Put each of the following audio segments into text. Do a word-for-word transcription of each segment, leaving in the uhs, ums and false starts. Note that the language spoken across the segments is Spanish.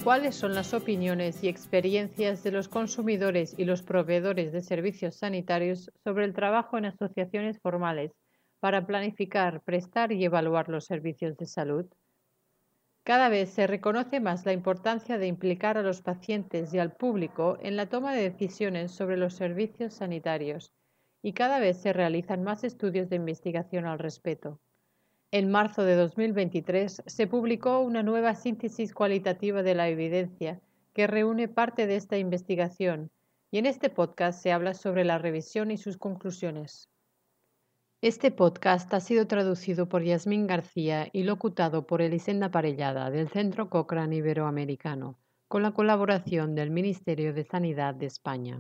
¿Cuáles son las opiniones y experiencias de los consumidores y los proveedores de servicios sanitarios sobre el trabajo en asociaciones formales para planificar, prestar y evaluar los servicios de salud? Cada vez se reconoce más la importancia de implicar a los pacientes y al público en la toma de decisiones sobre los servicios sanitarios, y cada vez se realizan más estudios de investigación al respecto. En marzo de dos mil veintitrés se publicó una nueva síntesis cualitativa de la evidencia que reúne parte de esta investigación, y en este podcast se habla sobre la revisión y sus conclusiones. Este podcast ha sido traducido por Yasmín García y locutado por Elisenda Parellada del Centro Cochrane Iberoamericano, con la colaboración del Ministerio de Sanidad de España.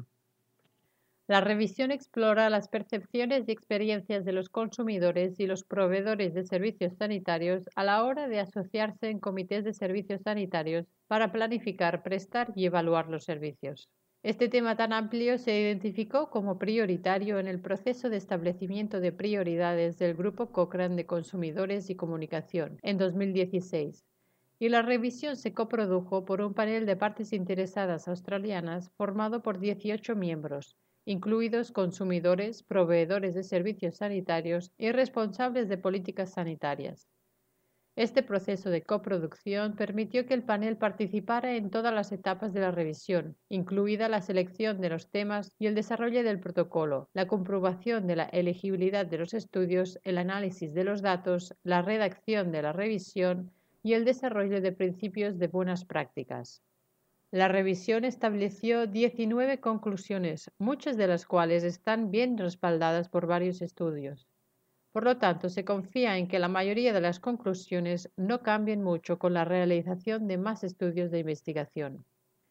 La revisión explora las percepciones y experiencias de los consumidores y los proveedores de servicios sanitarios a la hora de asociarse en comités de servicios sanitarios para planificar, prestar y evaluar los servicios. Este tema tan amplio se identificó como prioritario en el proceso de establecimiento de prioridades del Grupo Cochrane de Consumidores y Comunicación en dos mil dieciséis, y la revisión se coprodujo por un panel de partes interesadas australianas formado por dieciocho miembros, incluidos consumidores, proveedores de servicios sanitarios y responsables de políticas sanitarias. Este proceso de coproducción permitió que el panel participara en todas las etapas de la revisión, incluida la selección de los temas y el desarrollo del protocolo, la comprobación de la elegibilidad de los estudios, el análisis de los datos, la redacción de la revisión y el desarrollo de principios de buenas prácticas. La revisión estableció diecinueve conclusiones, muchas de las cuales están bien respaldadas por varios estudios. Por lo tanto, se confía en que la mayoría de las conclusiones no cambien mucho con la realización de más estudios de investigación.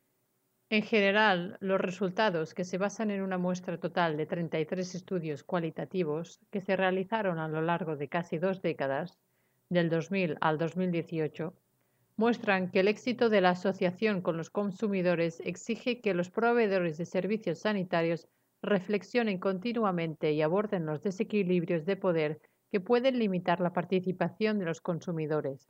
En general, los resultados, que se basan en una muestra total de treinta y tres estudios cualitativos que se realizaron a lo largo de casi dos décadas, del dos mil al dos mil dieciocho, muestran que el éxito de la asociación con los consumidores exige que los proveedores de servicios sanitarios reflexionen continuamente y aborden los desequilibrios de poder que pueden limitar la participación de los consumidores.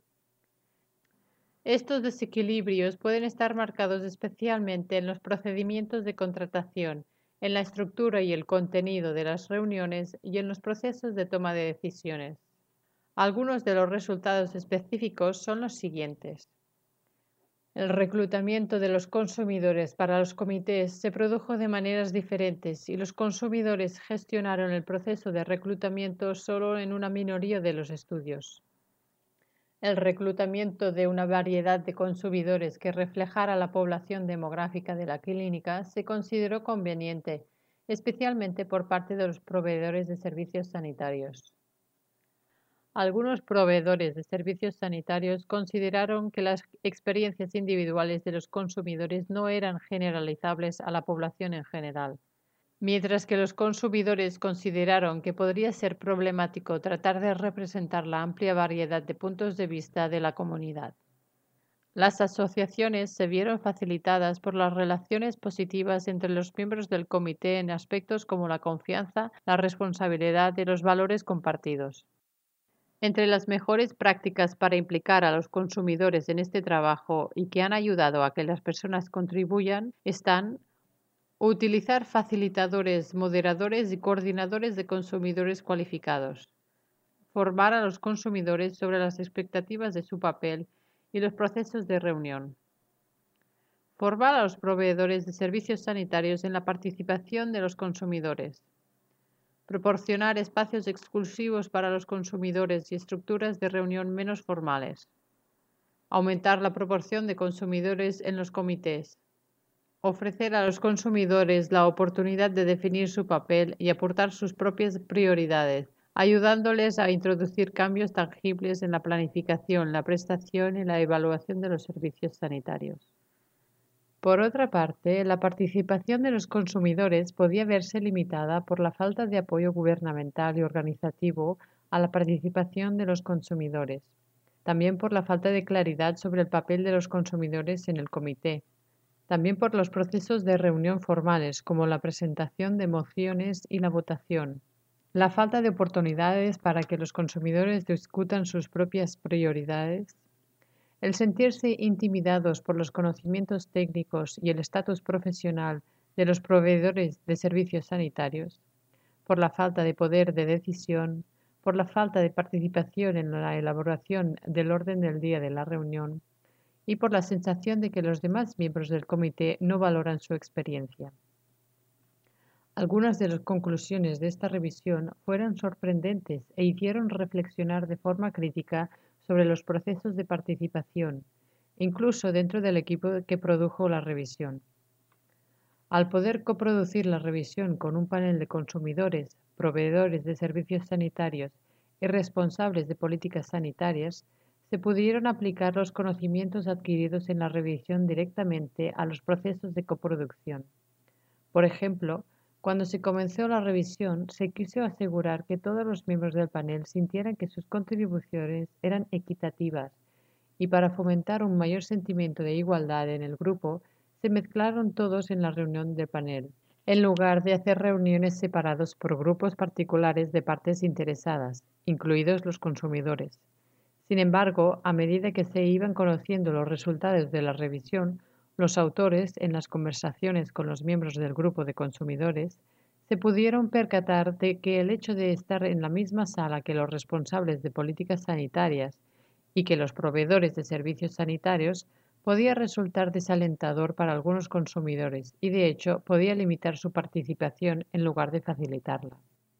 Estos desequilibrios pueden estar marcados especialmente en los procedimientos de contratación, en la estructura y el contenido de las reuniones y en los procesos de toma de decisiones. Algunos de los resultados específicos son los siguientes. El reclutamiento de los consumidores para los comités se produjo de maneras diferentes y los consumidores gestionaron el proceso de reclutamiento solo en una minoría de los estudios. El reclutamiento de una variedad de consumidores que reflejara la población demográfica de la clínica se consideró conveniente, especialmente por parte de los proveedores de servicios sanitarios. Algunos proveedores de servicios sanitarios consideraron que las experiencias individuales de los consumidores no eran generalizables a la población en general, mientras que los consumidores consideraron que podría ser problemático tratar de representar la amplia variedad de puntos de vista de la comunidad. Las asociaciones se vieron facilitadas por las relaciones positivas entre los miembros del comité en aspectos como la confianza, la responsabilidad y los valores compartidos. Entre las mejores prácticas para implicar a los consumidores en este trabajo y que han ayudado a que las personas contribuyan están utilizar facilitadores, moderadores y coordinadores de consumidores cualificados, formar a los consumidores sobre las expectativas de su papel y los procesos de reunión, formar a los proveedores de servicios sanitarios en la participación de los consumidores, proporcionar espacios exclusivos para los consumidores y estructuras de reunión menos formales, aumentar la proporción de consumidores en los comités, ofrecer a los consumidores la oportunidad de definir su papel y aportar sus propias prioridades, ayudándoles a introducir cambios tangibles en la planificación, la prestación y la evaluación de los servicios sanitarios. Por otra parte, la participación de los consumidores podía verse limitada por la falta de apoyo gubernamental y organizativo a la participación de los consumidores, también por la falta de claridad sobre el papel de los consumidores en el comité, también por los procesos de reunión formales como la presentación de mociones y la votación, la falta de oportunidades para que los consumidores discutan sus propias prioridades, El sentirse intimidados por los conocimientos técnicos y el estatus profesional de los proveedores de servicios sanitarios, por la falta de poder de decisión, por la falta de participación en la elaboración del orden del día de la reunión y por la sensación de que los demás miembros del comité no valoran su experiencia. Algunas de las conclusiones de esta revisión fueron sorprendentes e hicieron reflexionar de forma crítica sobre los procesos de participación, incluso dentro del equipo que produjo la revisión. Al poder coproducir la revisión con un panel de consumidores, proveedores de servicios sanitarios y responsables de políticas sanitarias, se pudieron aplicar los conocimientos adquiridos en la revisión directamente a los procesos de coproducción. Por ejemplo, cuando se comenzó la revisión, se quiso asegurar que todos los miembros del panel sintieran que sus contribuciones eran equitativas y para fomentar un mayor sentimiento de igualdad en el grupo, se mezclaron todos en la reunión del panel, en lugar de hacer reuniones separadas por grupos particulares de partes interesadas, incluidos los consumidores. Sin embargo, a medida que se iban conociendo los resultados de la revisión, los autores, en las conversaciones con los miembros del grupo de consumidores, se pudieron percatar de que el hecho de estar en la misma sala que los responsables de políticas sanitarias y que los proveedores de servicios sanitarios podía resultar desalentador para algunos consumidores y, de hecho, podía limitar su participación en lugar de facilitarla.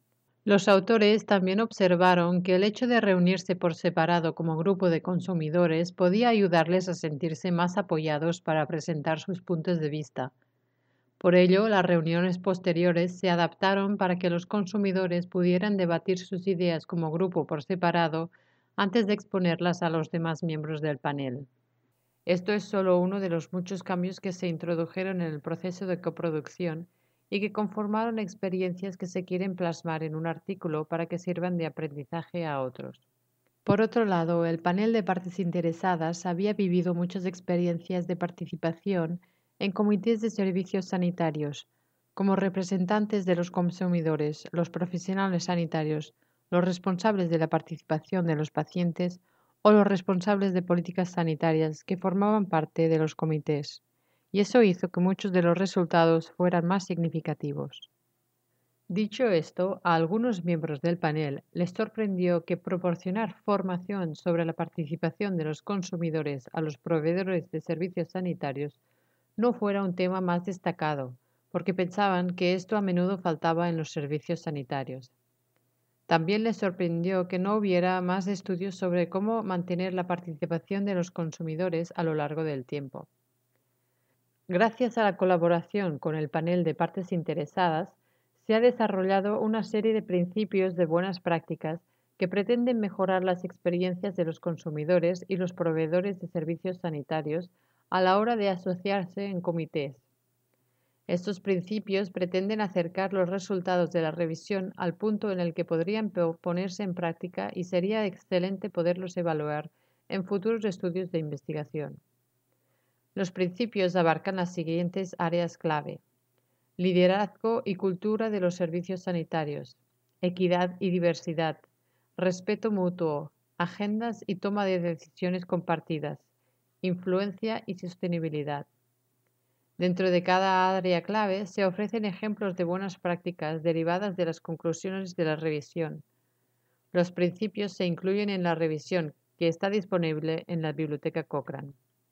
Los autores también observaron que el hecho de reunirse por separado como grupo de consumidores podía ayudarles a sentirse más apoyados para presentar sus puntos de vista. Por ello, las reuniones posteriores se adaptaron para que los consumidores pudieran debatir sus ideas como grupo por separado antes de exponerlas a los demás miembros del panel. Esto es solo uno de los muchos cambios que se introdujeron en el proceso de coproducción y que conformaron experiencias que se quieren plasmar en un artículo para que sirvan de aprendizaje a otros. Por otro lado, el panel de partes interesadas había vivido muchas experiencias de participación en comités de servicios sanitarios, como representantes de los consumidores, los profesionales sanitarios, los responsables de la participación de los pacientes o los responsables de políticas sanitarias que formaban parte de los comités, y eso hizo que muchos de los resultados fueran más significativos. Dicho esto, a algunos miembros del panel les sorprendió que proporcionar formación sobre la participación de los consumidores a los proveedores de servicios sanitarios no fuera un tema más destacado, porque pensaban que esto a menudo faltaba en los servicios sanitarios. También les sorprendió que no hubiera más estudios sobre cómo mantener la participación de los consumidores a lo largo del tiempo. Gracias a la colaboración con el panel de partes interesadas, se ha desarrollado una serie de principios de buenas prácticas que pretenden mejorar las experiencias de los consumidores y los proveedores de servicios sanitarios a la hora de asociarse en comités. Estos principios pretenden acercar los resultados de la revisión al punto en el que podrían ponerse en práctica y sería excelente poderlos evaluar en futuros estudios de investigación. Los principios abarcan las siguientes áreas clave: liderazgo y cultura de los servicios sanitarios, equidad y diversidad, respeto mutuo, agendas y toma de decisiones compartidas, influencia y sostenibilidad. Dentro de cada área clave se ofrecen ejemplos de buenas prácticas derivadas de las conclusiones de la revisión. Los principios se incluyen en la revisión, que está disponible en la Biblioteca Cochrane.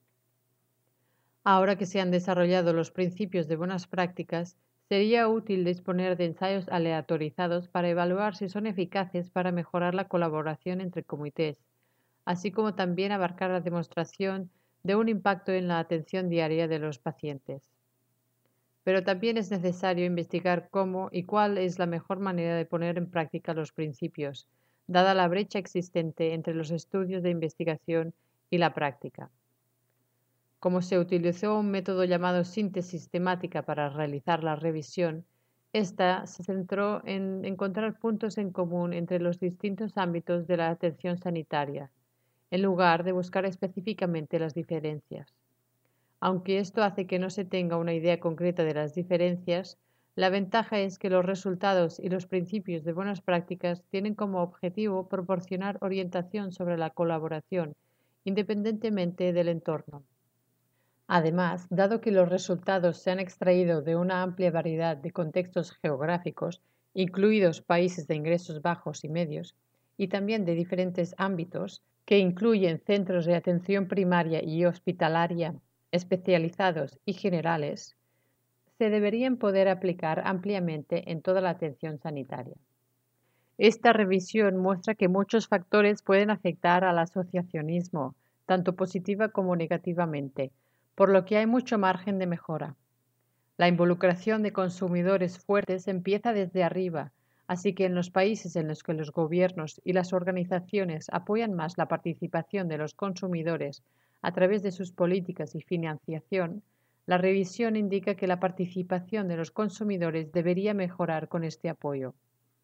Ahora que se han desarrollado los principios de buenas prácticas, sería útil disponer de ensayos aleatorizados para evaluar si son eficaces para mejorar la colaboración entre comités, así como también abarcar la demostración de un impacto en la atención diaria de los pacientes. Pero también es necesario investigar cómo y cuál es la mejor manera de poner en práctica los principios, dada la brecha existente entre los estudios de investigación y la práctica. Como se utilizó un método llamado síntesis temática para realizar la revisión, esta se centró en encontrar puntos en común entre los distintos ámbitos de la atención sanitaria, en lugar de buscar específicamente las diferencias. Aunque esto hace que no se tenga una idea concreta de las diferencias, la ventaja es que los resultados y los principios de buenas prácticas tienen como objetivo proporcionar orientación sobre la colaboración independientemente del entorno. Además, dado que los resultados se han extraído de una amplia variedad de contextos geográficos, incluidos países de ingresos bajos y medios, y también de diferentes ámbitos, que incluyen centros de atención primaria y hospitalaria, especializados y generales, se deberían poder aplicar ampliamente en toda la atención sanitaria. Esta revisión muestra que muchos factores pueden afectar al asociacionismo, tanto positiva como negativamente, por lo que hay mucho margen de mejora. La involucración de consumidores fuertes empieza desde arriba, así que en los países en los que los gobiernos y las organizaciones apoyan más la participación de los consumidores a través de sus políticas y financiación, la revisión indica que la participación de los consumidores debería mejorar con este apoyo.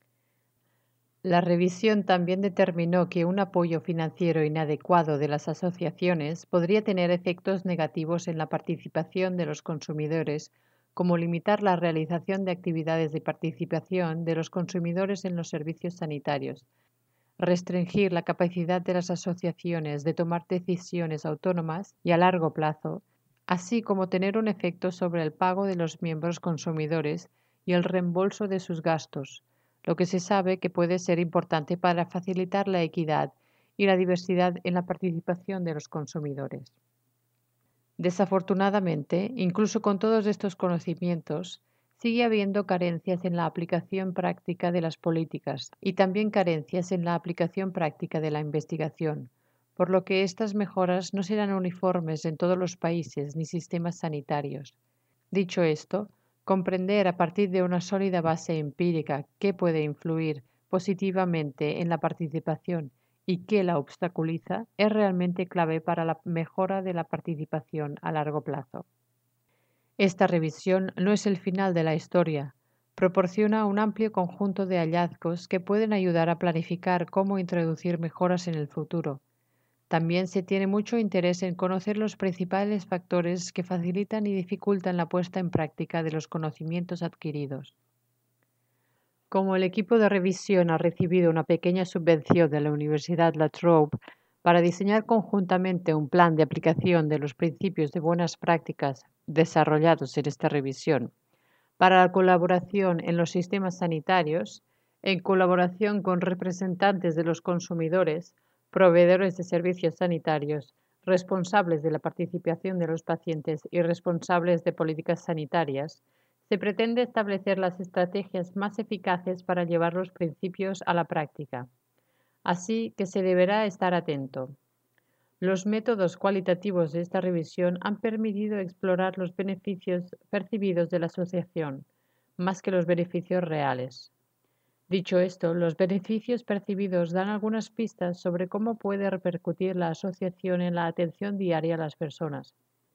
La revisión también determinó que un apoyo financiero inadecuado de las asociaciones podría tener efectos negativos en la participación de los consumidores, como limitar la realización de actividades de participación de los consumidores en los servicios sanitarios, restringir la capacidad de las asociaciones de tomar decisiones autónomas y a largo plazo, así como tener un efecto sobre el pago de los miembros consumidores y el reembolso de sus gastos, lo que se sabe que puede ser importante para facilitar la equidad y la diversidad en la participación de los consumidores. Desafortunadamente, incluso con todos estos conocimientos, sigue habiendo carencias en la aplicación práctica de las políticas y también carencias en la aplicación práctica de la investigación, por lo que estas mejoras no serán uniformes en todos los países ni sistemas sanitarios. Dicho esto, comprender a partir de una sólida base empírica qué puede influir positivamente en la participación y qué la obstaculiza es realmente clave para la mejora de la participación a largo plazo. Esta revisión no es el final de la historia, proporciona un amplio conjunto de hallazgos que pueden ayudar a planificar cómo introducir mejoras en el futuro. También se tiene mucho interés en conocer los principales factores que facilitan y dificultan la puesta en práctica de los conocimientos adquiridos. Como el equipo de revisión ha recibido una pequeña subvención de la Universidad La Trobe para diseñar conjuntamente un plan de aplicación de los principios de buenas prácticas desarrollados en esta revisión, para la colaboración en los sistemas sanitarios, en colaboración con representantes de los consumidores, proveedores de servicios sanitarios, responsables de la participación de los pacientes y responsables de políticas sanitarias, se pretende establecer las estrategias más eficaces para llevar los principios a la práctica. Así que se deberá estar atento. Los métodos cualitativos de esta revisión han permitido explorar los beneficios percibidos de la asociación, más que los beneficios reales. Dicho esto, los beneficios percibidos dan algunas pistas sobre cómo puede repercutir la asociación en la atención diaria a las personas.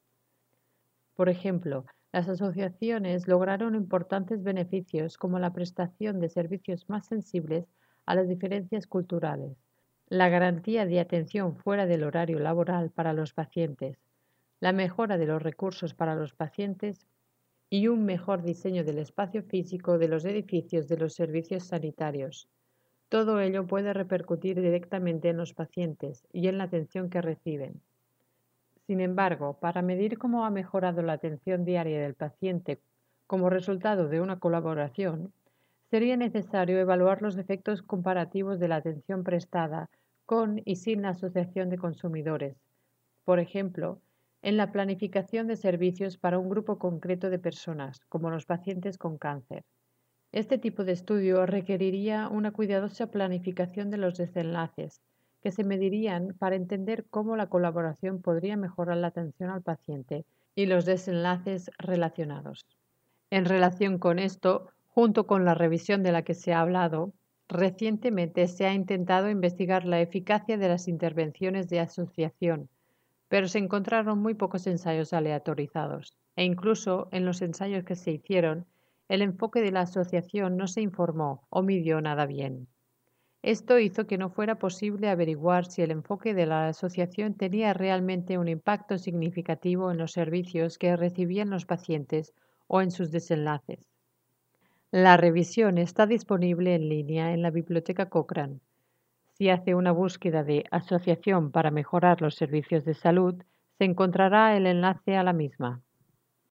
Por ejemplo, las asociaciones lograron importantes beneficios como la prestación de servicios más sensibles a las diferencias culturales, la garantía de atención fuera del horario laboral para los pacientes, la mejora de los recursos para los pacientes y un mejor diseño del espacio físico de los edificios de los servicios sanitarios. Todo ello puede repercutir directamente en los pacientes y en la atención que reciben. Sin embargo, para medir cómo ha mejorado la atención diaria del paciente como resultado de una colaboración, sería necesario evaluar los efectos comparativos de la atención prestada con y sin la asociación de consumidores. Por ejemplo, en la planificación de servicios para un grupo concreto de personas, como los pacientes con cáncer. Este tipo de estudio requeriría una cuidadosa planificación de los desenlaces, que se medirían para entender cómo la colaboración podría mejorar la atención al paciente y los desenlaces relacionados. En relación con esto, junto con la revisión de la que se ha hablado, recientemente se ha intentado investigar la eficacia de las intervenciones de asociación, pero se encontraron muy pocos ensayos aleatorizados, e incluso en los ensayos que se hicieron, el enfoque de la asociación no se informó o midió nada bien. Esto hizo que no fuera posible averiguar si el enfoque de la asociación tenía realmente un impacto significativo en los servicios que recibían los pacientes o en sus desenlaces. La revisión está disponible en línea en la Biblioteca Cochrane. Si hace una búsqueda de asociación para mejorar los servicios de salud, se encontrará el enlace a la misma.